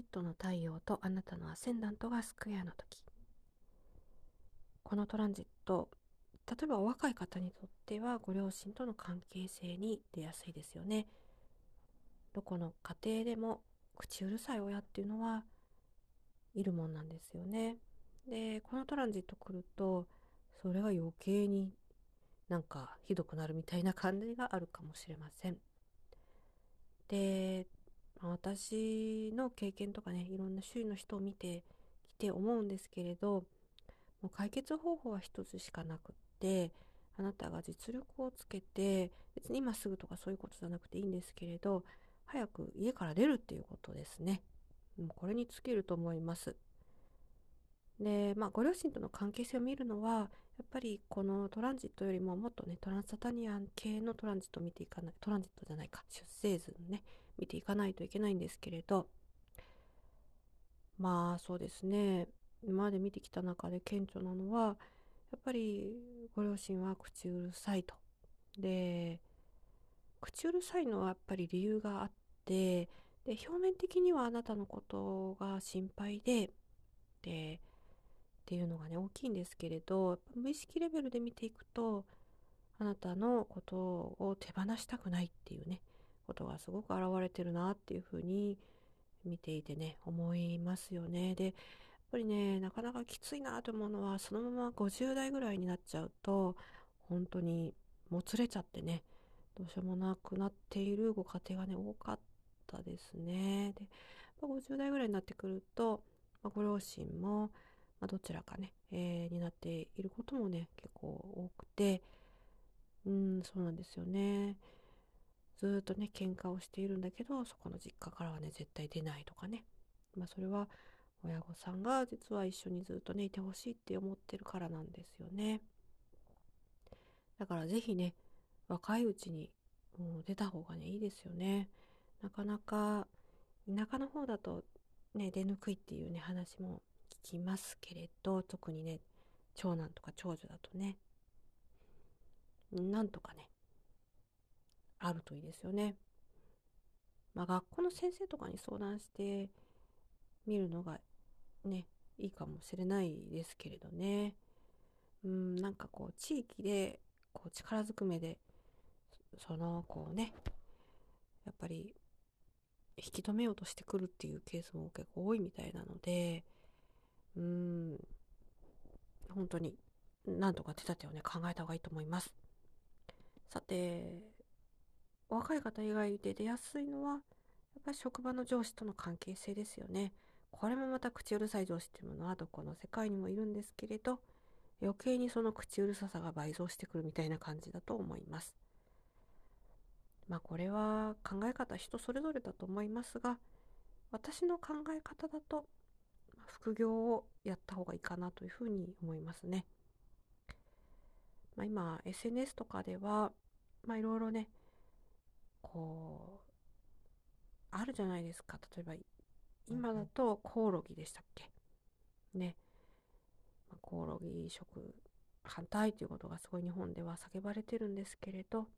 トの太陽とあなたのアセンダントがスクエアの時。このトランジット、例えばお若い方にとってはご両親との関係性に出やすいですよね。どこの家庭でも口うるさい親っていうのはいるもんなんですよね。で、このトランジット来ると、それが余計になんかひどくなるみたいな感じがあるかもしれません。で、私の経験とかね、いろんな周囲の人を見てきて思うんですけれど、もう解決方法は一つしかなくって、あなたが実力をつけて、別に今すぐとかそういうことじゃなくていいんですけれど、早く家から出るっていうことですね。もうこれに尽きると思います。で、ご両親との関係性を見るのは、やっぱりこのトランジットよりももっとね、トランサタニアン系のトランジットを見ていかない、トランジットじゃないか、出生図ね、見ていかないといけないんですけれど、そうですね、今まで見てきた中で顕著なのは、やっぱりご両親は口うるさいと。で、口うるさいのはやっぱり理由があって、で、表面的にはあなたのことが心配で、っていうのがね、大きいんですけれど、無意識レベルで見ていくと、あなたのことを手放したくないっていうね、ことがすごく現れてるなっていうふうに見ていてね、思いますよね。で、やっぱりね、なかなかきついなと思うのは、そのまま50代ぐらいになっちゃうと、本当にもつれちゃってね、どうしようもなくなっているご家庭がね、多かったですね。で、50代ぐらいになってくると、ご両親も、どちらかね、になっていることもね、結構多くて、そうなんですよね。ずーっとね、喧嘩をしているんだけど、そこの実家からはね、絶対出ないとかね。それは親御さんが実は一緒にずっとね、いてほしいって思ってるからなんですよね。だからぜひね、若いうちにもう出た方がね、いいですよね。なかなか田舎の方だとね、出にくいっていうね、話も聞きますけれど、特にね、長男とか長女だとね、なんとかね、あるといいですよね。学校の先生とかに相談してみるのがね、いいかもしれないですけれどね。なんかこう、地域で、こう、力ずくめで、こうね、やっぱり、引き止めようとしてくるっていうケースも結構多いみたいなので、うーん、本当に、なんとか手立てをね、考えた方がいいと思います。さて、お若い方以外で出やすいのは、やっぱり職場の上司との関係性ですよね。これもまた口うるさい上司っていうものはどこの世界にもいるんですけれど、余計にその口うるささが倍増してくるみたいな感じだと思います。これは考え方人それぞれだと思いますが、私の考え方だと、副業をやった方がいいかなというふうに思いますね。今、SNS とかでは、いろいろね、こう、あるじゃないですか。例えば、今だとコオロギでしたっけね。コオロギ食反対ということがすごい日本では叫ばれてるんですけれど、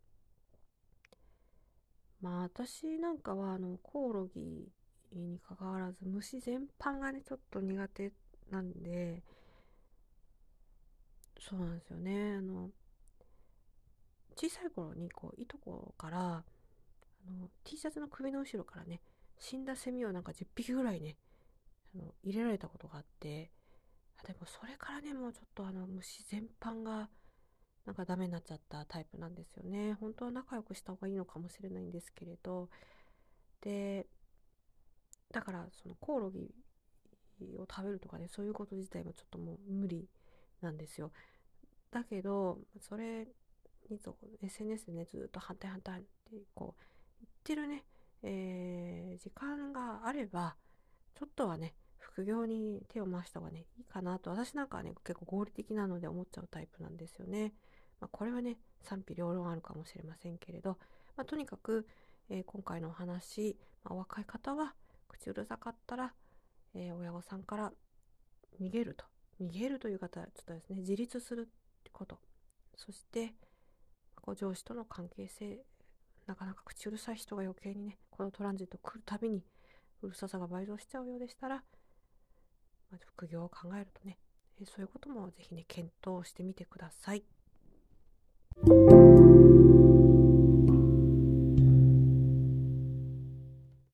私なんかはコオロギに関わらず虫全般がねちょっと苦手なんで、そうなんですよね。小さい頃にこういとこからT シャツの首の後ろからね死んだセミをなんか10匹ぐらいね入れられたことがあって、でもそれからねもうちょっと虫全般がなんかダメになっちゃったタイプなんですよね。本当は仲良くした方がいいのかもしれないんですけれど、でだからそのコオロギを食べるとかね、そういうこと自体もちょっともう無理なんですよ。だけどそれにSNS でねずっと反対反対ってこう言ってるね、時間があればちょっとはね副業に手を回した方がねいいかなと、私なんかはね結構合理的なので思っちゃうタイプなんですよね。これはね賛否両論あるかもしれませんけれど、とにかく、今回のお話、お若い方は口うるさかったら、親御さんから逃げると逃げるという方はちょっとですね自立するってこと、そして上司との関係性、なかなか口うるさい人が余計にねこのトランジット来るたびにうるささが倍増しちゃうようでしたら、副業を考えるとね、そういうこともぜひね、検討してみてください。